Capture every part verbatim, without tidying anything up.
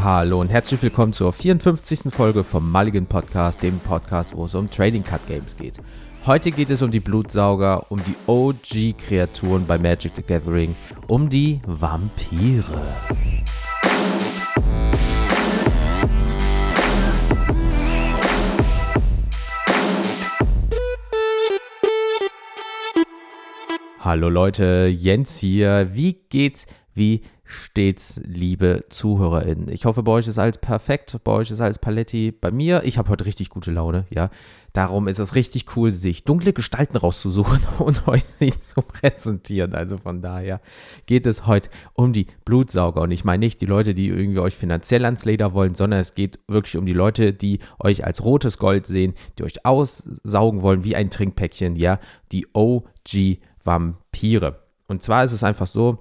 Hallo und herzlich willkommen zur vierundfünfzigsten Folge vom Mulligan Podcast, dem Podcast, wo es um Trading Card Games geht. Heute geht es um die Blutsauger, um die O G-Kreaturen bei Magic the Gathering, um die Vampire. Hallo Leute, Jens hier. Wie geht's? Wie steht's, liebe ZuhörerInnen? Ich hoffe, bei euch ist alles perfekt, bei euch ist alles Paletti. Bei mir, ich habe heute richtig gute Laune, ja. Darum ist es richtig cool, sich dunkle Gestalten rauszusuchen und euch sie zu präsentieren. Also von daher geht es heute um die Blutsauger. Und ich meine nicht die Leute, die irgendwie euch finanziell ans Leder wollen, sondern es geht wirklich um die Leute, die euch als rotes Gold sehen, die euch aussaugen wollen wie ein Trinkpäckchen, ja. Die O G-Vampire. Und zwar ist es einfach so,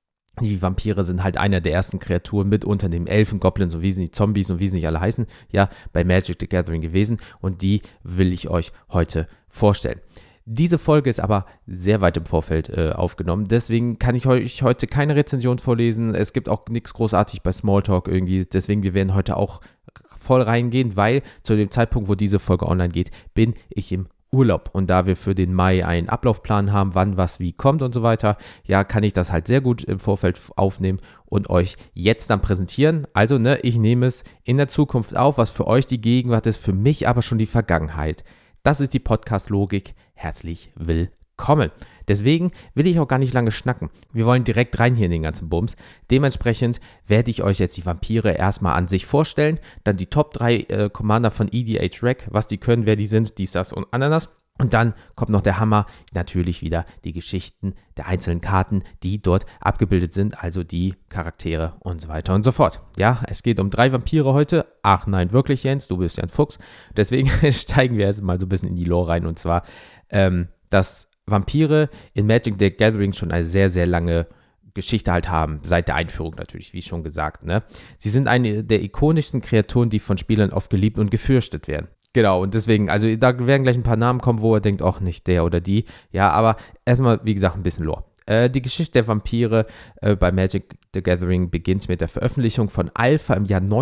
die Vampire sind halt einer der ersten Kreaturen mit unter den Elfen, Goblins und wie sie nicht, Zombies und wie sie nicht alle heißen, ja, bei Magic the Gathering gewesen und die will ich euch heute vorstellen. Diese Folge ist aber sehr weit im Vorfeld äh, aufgenommen, deswegen kann ich euch heute keine Rezension vorlesen, es gibt auch nichts großartig bei Smalltalk irgendwie, deswegen wir werden heute auch voll reingehen, weil zu dem Zeitpunkt, wo diese Folge online geht, bin ich im Urlaub. Und da wir für den Mai einen Ablaufplan haben, wann was wie kommt und so weiter, ja, kann ich das halt sehr gut im Vorfeld aufnehmen und euch jetzt dann präsentieren. Also, ne, ich nehme es in der Zukunft auf, was für euch die Gegenwart ist, für mich aber schon die Vergangenheit. Das ist die Podcast-Logik. Herzlich willkommen. Deswegen will ich auch gar nicht lange schnacken. Wir wollen direkt rein hier in den ganzen Bums. Dementsprechend werde ich euch jetzt die Vampire erstmal an sich vorstellen, dann die Top drei äh, Commander von E D H-Rec, was die können, wer die sind, dies, das und Ananas. Und dann kommt noch der Hammer, natürlich wieder die Geschichten der einzelnen Karten, die dort abgebildet sind, also die Charaktere und so weiter und so fort. Ja, es geht um drei Vampire heute. Ach nein, wirklich Jens, du bist ja ein Fuchs. Deswegen steigen wir erst mal so ein bisschen in die Lore rein und zwar ähm, das Vampire in Magic the Gathering schon eine sehr, sehr lange Geschichte halt haben, seit der Einführung natürlich, wie schon gesagt, ne? Sie sind eine der ikonischsten Kreaturen, die von Spielern oft geliebt und gefürchtet werden. Genau, und deswegen, also da werden gleich ein paar Namen kommen, wo er denkt, ach, nicht der oder die. Ja, aber erstmal, wie gesagt, ein bisschen Lore. Äh, die Geschichte der Vampire äh, bei Magic the Gathering beginnt mit der Veröffentlichung von Alpha im Jahr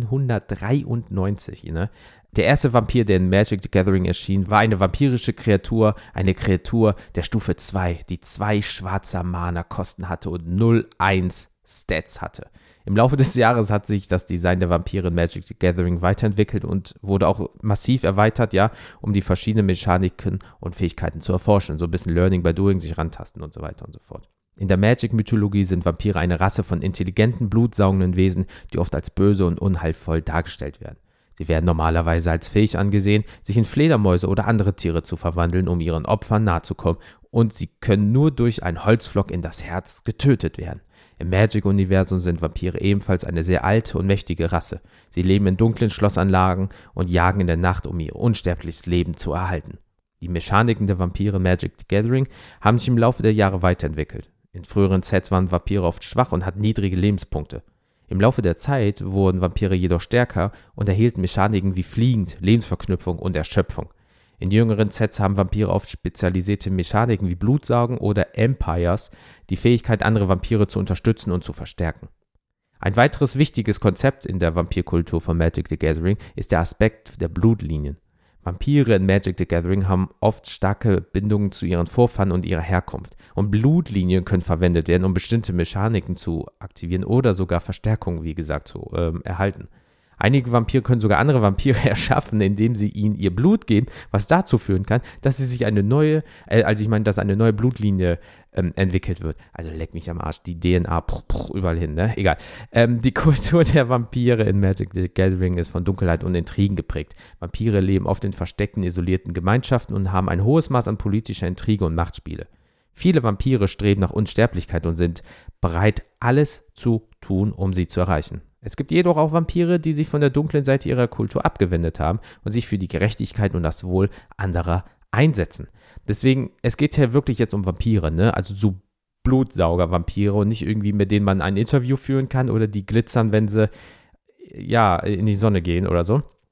neunzehnhundertdreiundneunzig, ne? Der erste Vampir, der in Magic the Gathering erschien, war eine vampirische Kreatur, eine Kreatur der Stufe zwei, die zwei schwarzer Mana-Kosten hatte und null eins Stats hatte. Im Laufe des Jahres hat sich das Design der Vampire in Magic the Gathering weiterentwickelt und wurde auch massiv erweitert, ja, um die verschiedenen Mechaniken und Fähigkeiten zu erforschen. So ein bisschen Learning by Doing, sich rantasten und so weiter und so fort. In der Magic-Mythologie sind Vampire eine Rasse von intelligenten, blutsaugenden Wesen, die oft als böse und unheilvoll dargestellt werden. Sie werden normalerweise als fähig angesehen, sich in Fledermäuse oder andere Tiere zu verwandeln, um ihren Opfern nahe zu kommen, und sie können nur durch einen Holzpflock in das Herz getötet werden. Im Magic-Universum sind Vampire ebenfalls eine sehr alte und mächtige Rasse. Sie leben in dunklen Schlossanlagen und jagen in der Nacht, um ihr unsterbliches Leben zu erhalten. Die Mechaniken der Vampire in Magic the Gathering haben sich im Laufe der Jahre weiterentwickelt. In früheren Sets waren Vampire oft schwach und hatten niedrige Lebenspunkte. Im Laufe der Zeit wurden Vampire jedoch stärker und erhielten Mechaniken wie Fliegend, Lebensverknüpfung und Erschöpfung. In jüngeren Sets haben Vampire oft spezialisierte Mechaniken wie Blutsaugen oder Empires, die Fähigkeit, andere Vampire zu unterstützen und zu verstärken. Ein weiteres wichtiges Konzept in der Vampirkultur von Magic the Gathering ist der Aspekt der Blutlinien. Vampire in Magic the Gathering haben oft starke Bindungen zu ihren Vorfahren und ihrer Herkunft. Und Blutlinien können verwendet werden, um bestimmte Mechaniken zu aktivieren oder sogar Verstärkungen, wie gesagt, zu ähm, erhalten. Einige Vampire können sogar andere Vampire erschaffen, indem sie ihnen ihr Blut geben, was dazu führen kann, dass sie sich eine neue, äh, also ich meine, dass eine neue Blutlinie ähm, entwickelt wird. Also leck mich am Arsch, die D N A, pruch, pruch, überall hin, ne? Egal. Ähm, die Kultur der Vampire in Magic the Gathering ist von Dunkelheit und Intrigen geprägt. Vampire leben oft in versteckten, isolierten Gemeinschaften und haben ein hohes Maß an politischer Intrige und Machtspiele. Viele Vampire streben nach Unsterblichkeit und sind bereit, alles zu tun, um sie zu erreichen. Es gibt jedoch auch Vampire, die sich von der dunklen Seite ihrer Kultur abgewendet haben und sich für die Gerechtigkeit und das Wohl anderer einsetzen. Deswegen, es geht hier wirklich jetzt um Vampire, ne? Also so Blutsauger-Vampire und nicht irgendwie, mit denen man ein Interview führen kann oder die glitzern, wenn sie ja in die Sonne gehen oder so.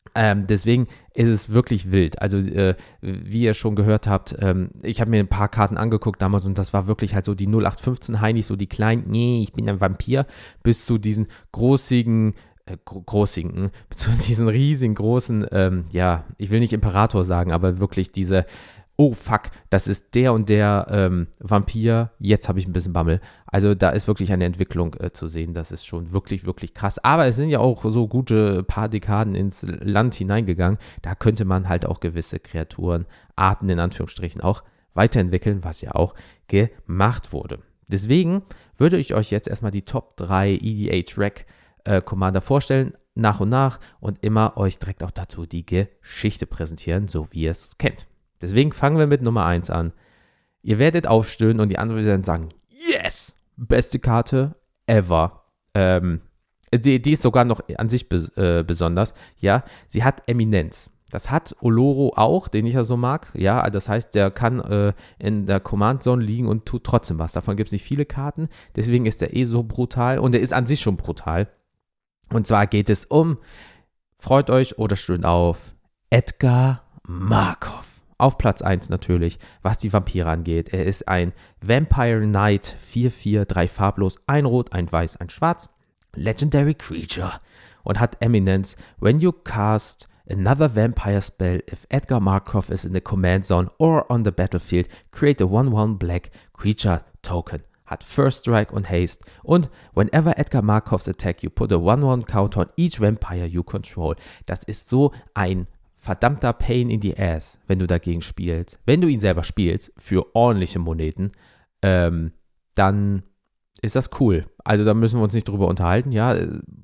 Ähm, deswegen ist es wirklich wild. Also, äh, wie ihr schon gehört habt, ähm, ich habe mir ein paar Karten angeguckt damals und das war wirklich halt so die null acht fünfzehn Heinis, so die kleinen, nee, ich bin ein Vampir, bis zu diesen großigen, äh, gro- großigen, bis zu diesen riesigen großen, ähm, ja, ich will nicht Imperator sagen, aber wirklich diese, oh fuck, das ist der und der ähm, Vampir, jetzt habe ich ein bisschen Bammel. Also da ist wirklich eine Entwicklung äh, zu sehen, das ist schon wirklich, wirklich krass. Aber es sind ja auch so gute paar Dekaden ins Land hineingegangen, da könnte man halt auch gewisse Kreaturen, Arten in Anführungsstrichen auch weiterentwickeln, was ja auch gemacht wurde. Deswegen würde ich euch jetzt erstmal die Top drei E D H-Rec äh, Commander vorstellen, nach und nach und immer euch direkt auch dazu die Geschichte präsentieren, so wie ihr es kennt. Deswegen fangen wir mit Nummer eins an. Ihr werdet aufstöhnen und die anderen werden sagen, yes, beste Karte ever. Ähm, die, die ist sogar noch an sich be, äh, besonders. Ja, sie hat Eminenz. Das hat Oloro auch, den ich ja so mag. Ja, das heißt, der kann äh, in der Command Zone liegen und tut trotzdem was. Davon gibt es nicht viele Karten. Deswegen ist der eh so brutal und der ist an sich schon brutal. Und zwar geht es um, freut euch oder stöhnt auf, Edgar Markov. Auf Platz eins natürlich, was die Vampire angeht. Er ist ein Vampire Knight, vier vier, drei farblos, ein Rot, ein Weiß, ein Schwarz. Legendary Creature und hat Eminence. When you cast another vampire spell, if Edgar Markov is in the command zone or on the battlefield, create a one one black creature token. Hat First Strike und Haste. Und whenever Edgar Markovs attack, you put a one one counter on each vampire you control. Das ist so ein verdammter Pain in the Ass, wenn du dagegen spielst. Wenn du ihn selber spielst, für ordentliche Moneten, ähm, dann ist das cool. Also da müssen wir uns nicht drüber unterhalten, ja,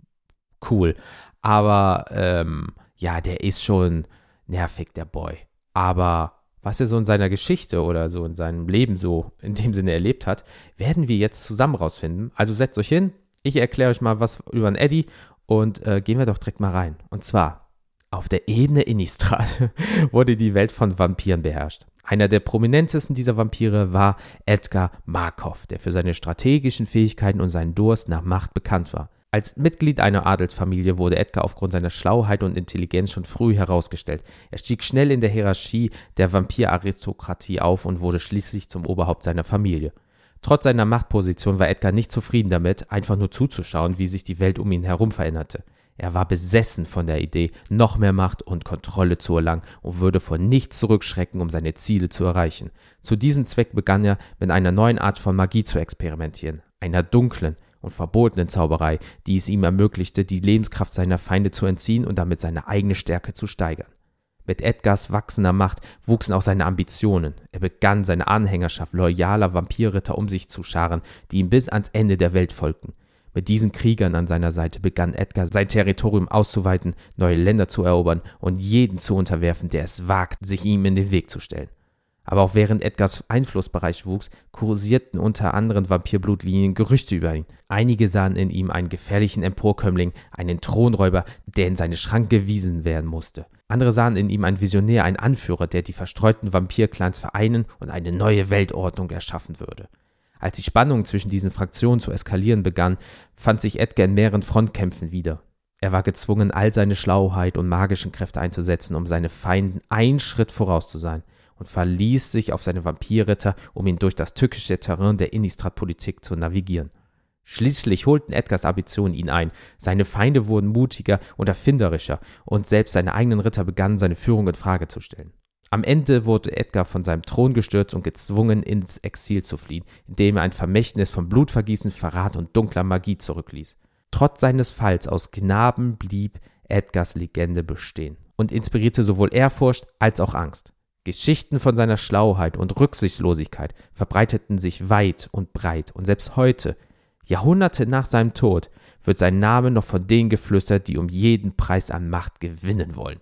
cool. Aber, ähm, ja, der ist schon nervig, der Boy. Aber was er so in seiner Geschichte oder so in seinem Leben so in dem Sinne erlebt hat, werden wir jetzt zusammen rausfinden. Also setzt euch hin, ich erkläre euch mal was über den Eddie und äh, gehen wir doch direkt mal rein. Und zwar auf der Ebene Innistrad wurde die Welt von Vampiren beherrscht. Einer der prominentesten dieser Vampire war Edgar Markov, der für seine strategischen Fähigkeiten und seinen Durst nach Macht bekannt war. Als Mitglied einer Adelsfamilie wurde Edgar aufgrund seiner Schlauheit und Intelligenz schon früh herausgestellt. Er stieg schnell in der Hierarchie der Vampiraristokratie auf und wurde schließlich zum Oberhaupt seiner Familie. Trotz seiner Machtposition war Edgar nicht zufrieden damit, einfach nur zuzuschauen, wie sich die Welt um ihn herum veränderte. Er war besessen von der Idee, noch mehr Macht und Kontrolle zu erlangen und würde vor nichts zurückschrecken, um seine Ziele zu erreichen. Zu diesem Zweck begann er, mit einer neuen Art von Magie zu experimentieren, einer dunklen und verbotenen Zauberei, die es ihm ermöglichte, die Lebenskraft seiner Feinde zu entziehen und damit seine eigene Stärke zu steigern. Mit Edgars wachsender Macht wuchsen auch seine Ambitionen. Er begann, seine Anhängerschaft loyaler Vampirritter um sich zu scharen, die ihm bis ans Ende der Welt folgten. Mit diesen Kriegern an seiner Seite begann Edgar, sein Territorium auszuweiten, neue Länder zu erobern und jeden zu unterwerfen, der es wagt, sich ihm in den Weg zu stellen. Aber auch während Edgars Einflussbereich wuchs, kursierten unter anderen Vampirblutlinien Gerüchte über ihn. Einige sahen in ihm einen gefährlichen Emporkömmling, einen Thronräuber, der in seine Schranke gewiesen werden musste. Andere sahen in ihm einen Visionär, einen Anführer, der die verstreuten Vampirclans vereinen und eine neue Weltordnung erschaffen würde. Als die Spannung zwischen diesen Fraktionen zu eskalieren begann, fand sich Edgar in mehreren Frontkämpfen wieder. Er war gezwungen, all seine Schlauheit und magischen Kräfte einzusetzen, um seine Feinden einen Schritt voraus zu sein, und verließ sich auf seine Vampirritter, um ihn durch das tückische Terrain der Innistrad-Politik zu navigieren. Schließlich holten Edgars Ambitionen ihn ein, seine Feinde wurden mutiger und erfinderischer und selbst seine eigenen Ritter begannen, seine Führung in Frage zu stellen. Am Ende wurde Edgar von seinem Thron gestürzt und gezwungen, ins Exil zu fliehen, indem er ein Vermächtnis von Blutvergießen, Verrat und dunkler Magie zurückließ. Trotz seines Falls aus Gnaden blieb Edgars Legende bestehen und inspirierte sowohl Ehrfurcht als auch Angst. Geschichten von seiner Schlauheit und Rücksichtslosigkeit verbreiteten sich weit und breit und selbst heute, Jahrhunderte nach seinem Tod, wird sein Name noch von denen geflüstert, die um jeden Preis an Macht gewinnen wollen.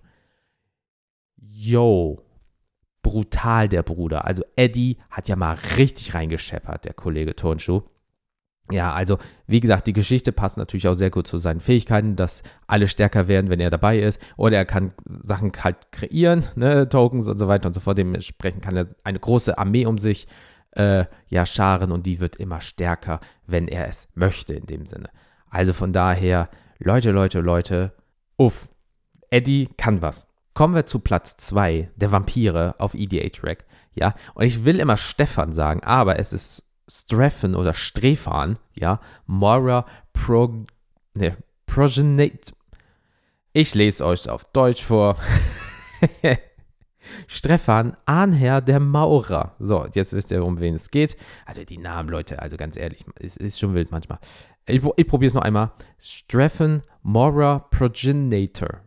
Yo, brutal der Bruder. Also Eddie hat ja mal richtig reingescheppert, der Kollege Turnschuh. Ja, also wie gesagt, die Geschichte passt natürlich auch sehr gut zu seinen Fähigkeiten, dass alle stärker werden, wenn er dabei ist. Oder er kann Sachen halt kreieren, ne, Tokens und so weiter und so fort. Dementsprechend kann er eine große Armee um sich äh, ja scharen und die wird immer stärker, wenn er es möchte in dem Sinne. Also von daher, Leute, Leute, Leute, uff. Eddie kann was. Kommen wir zu Platz zwei der Vampire auf E D H-Rec. Ja, und ich will immer Stefan sagen, aber es ist Strephon oder Strefan, ja, Mora Pro, ne, Progenate. Ich lese euch auf Deutsch vor. Strefan, Ahnherr der Maurer. So, jetzt wisst ihr, um wen es geht. Also die Namen, Leute, also ganz ehrlich, es ist schon wild manchmal. Ich, ich probiere es noch einmal. Strephon Mora Progenitor.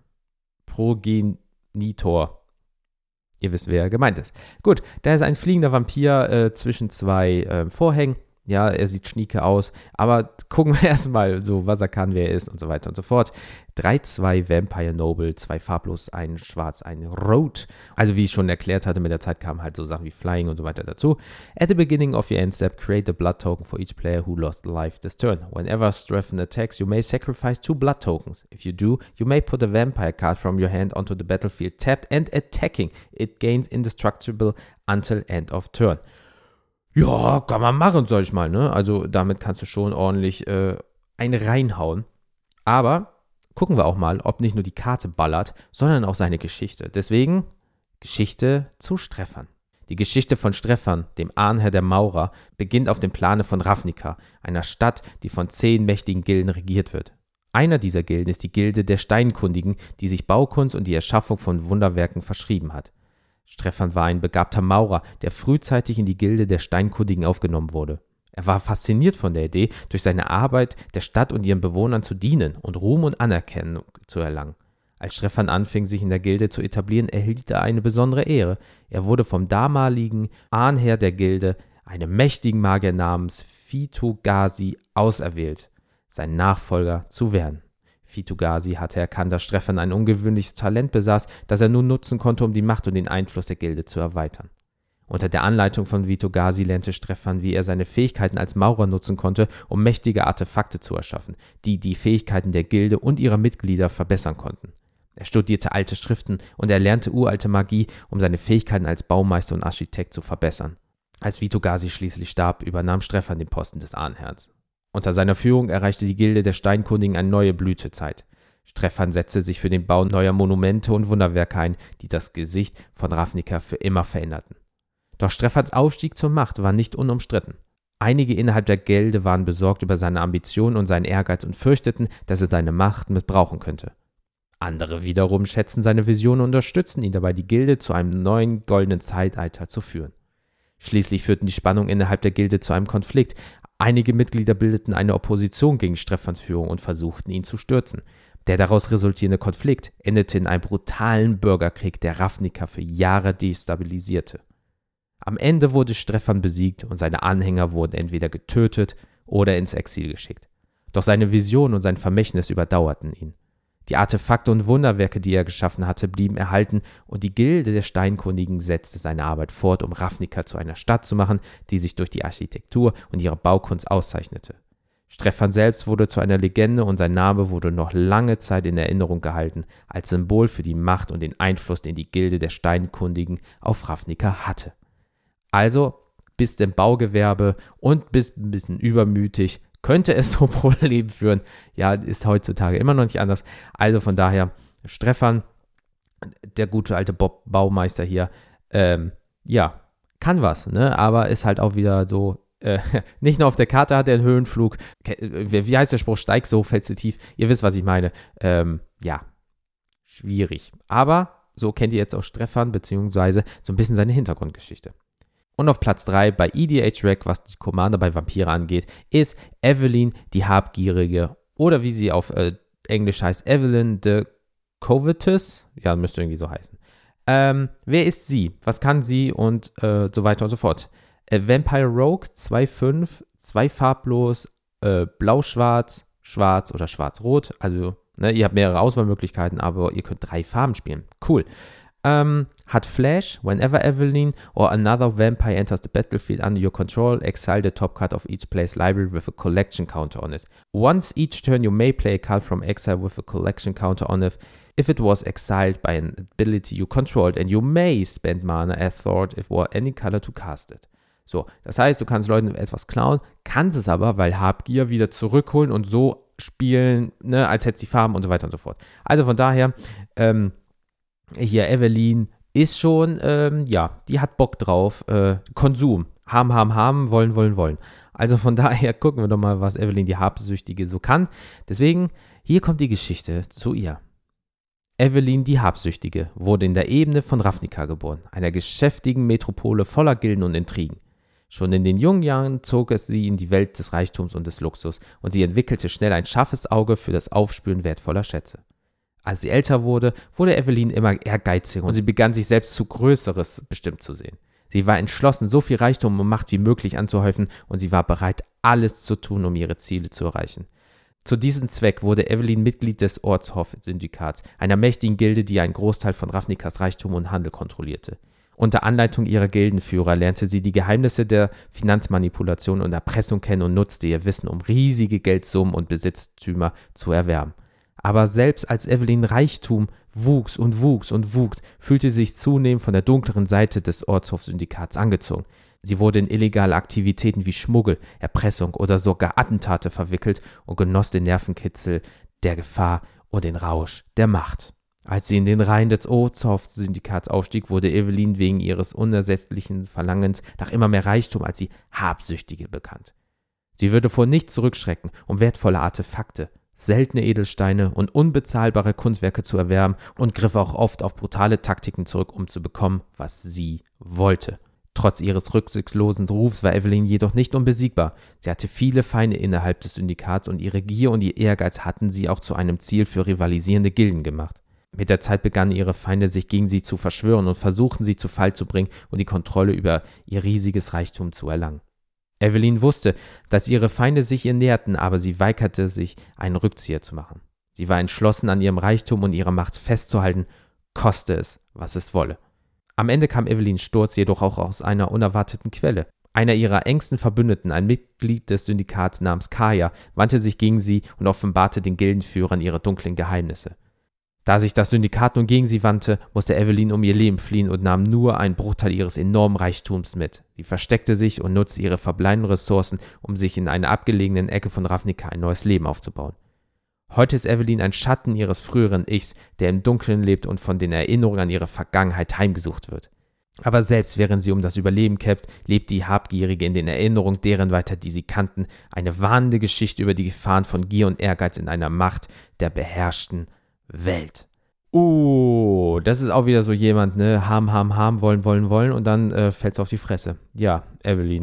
Progenitor. Ihr wisst, wer gemeint ist. Gut, da ist ein fliegender Vampir äh, zwischen zwei äh, Vorhängen. Ja, er sieht schnieke aus, aber gucken wir erstmal so, was er kann, wer er ist und so weiter und so fort. drei zwei Vampire Noble, zwei farblos, ein schwarz, ein rot. Also wie ich schon erklärt hatte, mit der Zeit kamen halt so Sachen wie Flying und so weiter dazu. At the beginning of your end step, create a blood token for each player who lost life this turn. Whenever Strephon attacks, you may sacrifice two blood tokens. If you do, you may put a vampire card from your hand onto the battlefield tapped and attacking. It gains indestructible until end of turn. Ja, kann man machen, sag ich mal, ne? Also damit kannst du schon ordentlich äh, einen reinhauen. Aber gucken wir auch mal, ob nicht nur die Karte ballert, sondern auch seine Geschichte. Deswegen Geschichte zu Strephon. Die Geschichte von Strephon, dem Ahnherr der Maurer, beginnt auf dem Plane von Ravnica, einer Stadt, die von zehn mächtigen Gilden regiert wird. Einer dieser Gilden ist die Gilde der Steinkundigen, die sich Baukunst und die Erschaffung von Wunderwerken verschrieben hat. Strephon war ein begabter Maurer, der frühzeitig in die Gilde der Steinkundigen aufgenommen wurde. Er war fasziniert von der Idee, durch seine Arbeit der Stadt und ihren Bewohnern zu dienen und Ruhm und Anerkennung zu erlangen. Als Strephon anfing, sich in der Gilde zu etablieren, erhielt er eine besondere Ehre. Er wurde vom damaligen Ahnherr der Gilde, einem mächtigen Magier namens Vitu-Ghazi, auserwählt, sein Nachfolger zu werden. Vitu-Ghazi hatte erkannt, dass Strephon ein ungewöhnliches Talent besaß, das er nun nutzen konnte, um die Macht und den Einfluss der Gilde zu erweitern. Unter der Anleitung von Vitu-Ghazi lernte Strephon, wie er seine Fähigkeiten als Maurer nutzen konnte, um mächtige Artefakte zu erschaffen, die die Fähigkeiten der Gilde und ihrer Mitglieder verbessern konnten. Er studierte alte Schriften und er lernte uralte Magie, um seine Fähigkeiten als Baumeister und Architekt zu verbessern. Als Vitu-Ghazi schließlich starb, übernahm Strephon den Posten des Ahnherrn. Unter seiner Führung erreichte die Gilde der Steinkundigen eine neue Blütezeit. Strephon setzte sich für den Bau neuer Monumente und Wunderwerke ein, die das Gesicht von Ravnica für immer veränderten. Doch Strephons Aufstieg zur Macht war nicht unumstritten. Einige innerhalb der Gilde waren besorgt über seine Ambitionen und seinen Ehrgeiz und fürchteten, dass er seine Macht missbrauchen könnte. Andere wiederum schätzten seine Vision und unterstützten ihn dabei, die Gilde zu einem neuen goldenen Zeitalter zu führen. Schließlich führten die Spannungen innerhalb der Gilde zu einem Konflikt. Einige Mitglieder bildeten eine Opposition gegen Strephons Führung und versuchten, ihn zu stürzen. Der daraus resultierende Konflikt endete in einem brutalen Bürgerkrieg, der Ravnica für Jahre destabilisierte. Am Ende wurde Strephon besiegt und seine Anhänger wurden entweder getötet oder ins Exil geschickt. Doch seine Vision und sein Vermächtnis überdauerten ihn. Die Artefakte und Wunderwerke, die er geschaffen hatte, blieben erhalten und die Gilde der Steinkundigen setzte seine Arbeit fort, um Ravnica zu einer Stadt zu machen, die sich durch die Architektur und ihre Baukunst auszeichnete. Strephon selbst wurde zu einer Legende und sein Name wurde noch lange Zeit in Erinnerung gehalten, als Symbol für die Macht und den Einfluss, den die Gilde der Steinkundigen auf Ravnica hatte. Also, bist im Baugewerbe und bist ein bisschen übermütig, könnte es zu Problemen führen. Ja, ist heutzutage immer noch nicht anders. Also von daher, Strephon, der gute alte Bob Baumeister hier, ähm, ja, kann was, ne? Aber ist halt auch wieder so, äh, nicht nur auf der Karte hat er einen Höhenflug. Wie heißt der Spruch? Steig so, fällst du tief. Ihr wisst, was ich meine. Ähm, ja, schwierig. Aber so kennt ihr jetzt auch Strephon, beziehungsweise so ein bisschen seine Hintergrundgeschichte. Und auf Platz drei bei E D H-Rec, was die Commander bei Vampire angeht, ist Evelyn, die Habgierige. Oder wie sie auf äh, Englisch heißt, Evelyn the Covetous. Ja, müsste irgendwie so heißen. Ähm, wer ist sie? Was kann sie? Und äh, so weiter und so fort. Äh, Vampire Rogue zwei fünf, zwei farblos, äh, blau-schwarz, schwarz oder schwarz-rot. Also, ne, ihr habt mehrere Auswahlmöglichkeiten, aber ihr könnt drei Farben spielen. Cool. Um, hat Flash, whenever Evelyn or another vampire enters the battlefield under your control, exile the top card of each player's library with a collection counter on it. Once each turn you may play a card from exile with a collection counter on it if it was exiled by an ability you controlled, and you may spend mana as thought it were any color to cast it. So, das heißt, du kannst Leuten etwas klauen, kannst es aber, weil Habgier, wieder zurückholen und so spielen, ne, als hätte sie Farben und so weiter und so fort. Also von daher, ähm, hier Evelyn ist schon, ähm, ja, die hat Bock drauf, äh, Konsum, haben, haben, haben, wollen, wollen, wollen. Also von daher gucken wir doch mal, was Evelyn die Habsüchtige so kann. Deswegen, hier kommt die Geschichte zu ihr. Evelyn die Habsüchtige wurde in der Ebene von Ravnica geboren, einer geschäftigen Metropole voller Gilden und Intrigen. Schon in den jungen Jahren zog es sie in die Welt des Reichtums und des Luxus und sie entwickelte schnell ein scharfes Auge für das Aufspüren wertvoller Schätze. Als sie älter wurde, wurde Evelyn immer ehrgeiziger und sie begann sich selbst zu Größeres bestimmt zu sehen. Sie war entschlossen, so viel Reichtum und Macht wie möglich anzuhäufen und sie war bereit, alles zu tun, um ihre Ziele zu erreichen. Zu diesem Zweck wurde Evelyn Mitglied des Ortshof-Syndikats, einer mächtigen Gilde, die einen Großteil von Ravnicas Reichtum und Handel kontrollierte. Unter Anleitung ihrer Gildenführer lernte sie die Geheimnisse der Finanzmanipulation und Erpressung kennen und nutzte ihr Wissen, um riesige Geldsummen und Besitztümer zu erwerben. Aber selbst als Evelyn Reichtum wuchs und wuchs und wuchs, fühlte sie sich zunehmend von der dunkleren Seite des Ortshof-Syndikats angezogen. Sie wurde in illegale Aktivitäten wie Schmuggel, Erpressung oder sogar Attentate verwickelt und genoss den Nervenkitzel der Gefahr und den Rausch der Macht. Als sie in den Reihen des Ortshof-Syndikats aufstieg, wurde Evelyn wegen ihres unersättlichen Verlangens nach immer mehr Reichtum als die Habsüchtige bekannt. Sie würde vor nichts zurückschrecken, um wertvolle Artefakte, seltene Edelsteine und unbezahlbare Kunstwerke zu erwerben und griff auch oft auf brutale Taktiken zurück, um zu bekommen, was sie wollte. Trotz ihres rücksichtslosen Rufs war Evelyn jedoch nicht unbesiegbar. Sie hatte viele Feinde innerhalb des Syndikats und ihre Gier und ihr Ehrgeiz hatten sie auch zu einem Ziel für rivalisierende Gilden gemacht. Mit der Zeit begannen ihre Feinde sich gegen sie zu verschwören und versuchten sie zu Fall zu bringen und die Kontrolle über ihr riesiges Reichtum zu erlangen. Evelyn wusste, dass ihre Feinde sich ihr näherten, aber sie weigerte sich, einen Rückzieher zu machen. Sie war entschlossen, an ihrem Reichtum und ihrer Macht festzuhalten, koste es, was es wolle. Am Ende kam Evelyn's Sturz jedoch auch aus einer unerwarteten Quelle. Einer ihrer engsten Verbündeten, ein Mitglied des Syndikats namens Kaya, wandte sich gegen sie und offenbarte den Gildenführern ihre dunklen Geheimnisse. Da sich das Syndikat nun gegen sie wandte, musste Evelyn um ihr Leben fliehen und nahm nur einen Bruchteil ihres enormen Reichtums mit. Sie versteckte sich und nutzte ihre verbleibenden Ressourcen, um sich in einer abgelegenen Ecke von Ravnica ein neues Leben aufzubauen. Heute ist Evelyn ein Schatten ihres früheren Ichs, der im Dunkeln lebt und von den Erinnerungen an ihre Vergangenheit heimgesucht wird. Aber selbst während sie um das Überleben kämpft, lebt die Habgierige in den Erinnerungen deren weiter, die sie kannten, eine warnende Geschichte über die Gefahren von Gier und Ehrgeiz in einer Macht der beherrschten Welt. Uh, das ist auch wieder so jemand, ne, haben, haben, haben, wollen, wollen, wollen und dann äh, fällt's auf die Fresse. Ja, Evelyn.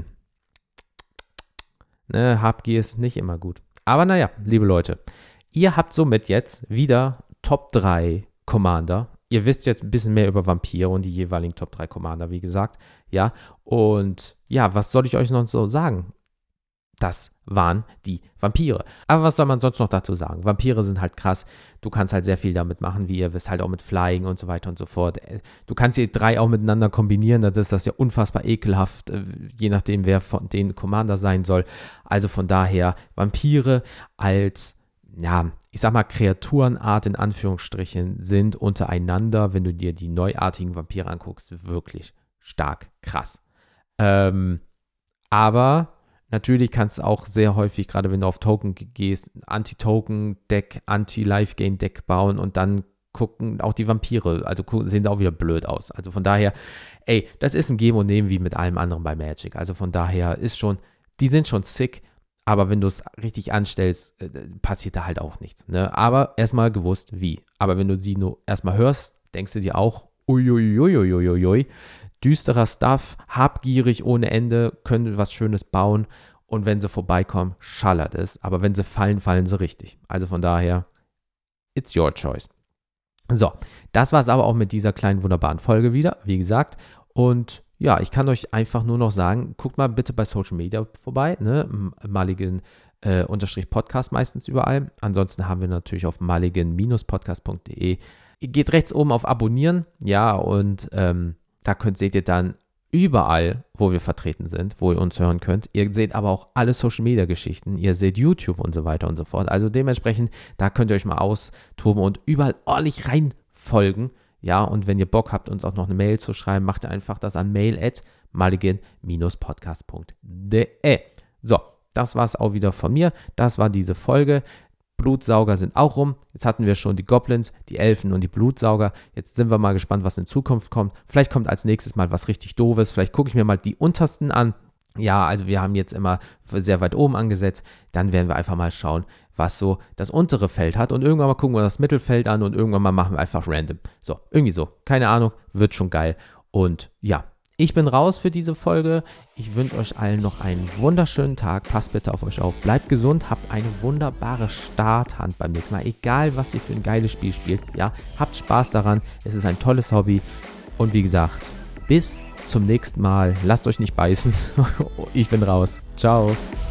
Ne, Habgier ist nicht immer gut. Aber naja, liebe Leute, ihr habt somit jetzt wieder Top drei Commander. Ihr wisst jetzt ein bisschen mehr über Vampire und die jeweiligen Top drei Commander, wie gesagt. Ja, und ja, was soll ich euch noch so sagen? Das waren die Vampire. Aber was soll man sonst noch dazu sagen? Vampire sind halt krass. Du kannst halt sehr viel damit machen, wie ihr wisst, halt auch mit Flying und so weiter und so fort. Du kannst die drei auch miteinander kombinieren. Das ist das ja unfassbar ekelhaft, je nachdem, wer von den Commander sein soll. Also von daher, Vampire als, ja, ich sag mal, Kreaturenart in Anführungsstrichen sind untereinander, wenn du dir die neuartigen Vampire anguckst, wirklich stark krass. Ähm, aber natürlich kannst du auch sehr häufig, gerade wenn du auf Token gehst, Anti-Token-Deck, Anti-Life-Gain-Deck bauen und dann gucken auch die Vampire, also sehen da auch wieder blöd aus. Also von daher, ey, das ist ein Geben und Nehmen wie mit allem anderen bei Magic. Also von daher ist schon, die sind schon sick, aber wenn du es richtig anstellst, passiert da halt auch nichts. Ne? Aber erstmal gewusst, wie. Aber wenn du sie nur erstmal hörst, denkst du dir auch, uiuiuiuiuiui, düsterer Stuff, habgierig ohne Ende, können was Schönes bauen und wenn sie vorbeikommen, schallert es. Aber wenn sie fallen, fallen sie richtig. Also von daher, it's your choice. So, das war es aber auch mit dieser kleinen, wunderbaren Folge wieder, wie gesagt. Und ja, ich kann euch einfach nur noch sagen, guckt mal bitte bei Social Media vorbei, ne, Mulligan äh, unterstrich Podcast meistens überall. Ansonsten haben wir natürlich auf mulligan Bindestrich podcast punkt de. Ihr geht rechts oben auf Abonnieren, ja, und ähm, da könnt, seht ihr dann überall, wo wir vertreten sind, wo ihr uns hören könnt. Ihr seht aber auch alle Social-Media-Geschichten. Ihr seht YouTube und so weiter und so fort. Also dementsprechend, da könnt ihr euch mal austoben und überall ordentlich reinfolgen. Ja, und wenn ihr Bock habt, uns auch noch eine Mail zu schreiben, macht ihr einfach das an mail at mulligan Bindestrich podcast punkt de. So, das war es auch wieder von mir. Das war diese Folge. Blutsauger sind auch rum. Jetzt hatten wir schon die Goblins, die Elfen und die Blutsauger. Jetzt sind wir mal gespannt, was in Zukunft kommt. Vielleicht kommt als nächstes mal was richtig Doofes. Vielleicht gucke ich mir mal die untersten an. Ja, also wir haben jetzt immer sehr weit oben angesetzt. Dann werden wir einfach mal schauen, was so das untere Feld hat. Und irgendwann mal gucken wir das Mittelfeld an und irgendwann mal machen wir einfach random. So, irgendwie so. Keine Ahnung, wird schon geil. Und ja, ich bin raus für diese Folge. Ich wünsche euch allen noch einen wunderschönen Tag. Passt bitte auf euch auf. Bleibt gesund. Habt eine wunderbare Starthand beim nächsten Mal. Egal, was ihr für ein geiles Spiel spielt. Ja, habt Spaß daran. Es ist ein tolles Hobby. Und wie gesagt, bis zum nächsten Mal. Lasst euch nicht beißen. Ich bin raus. Ciao.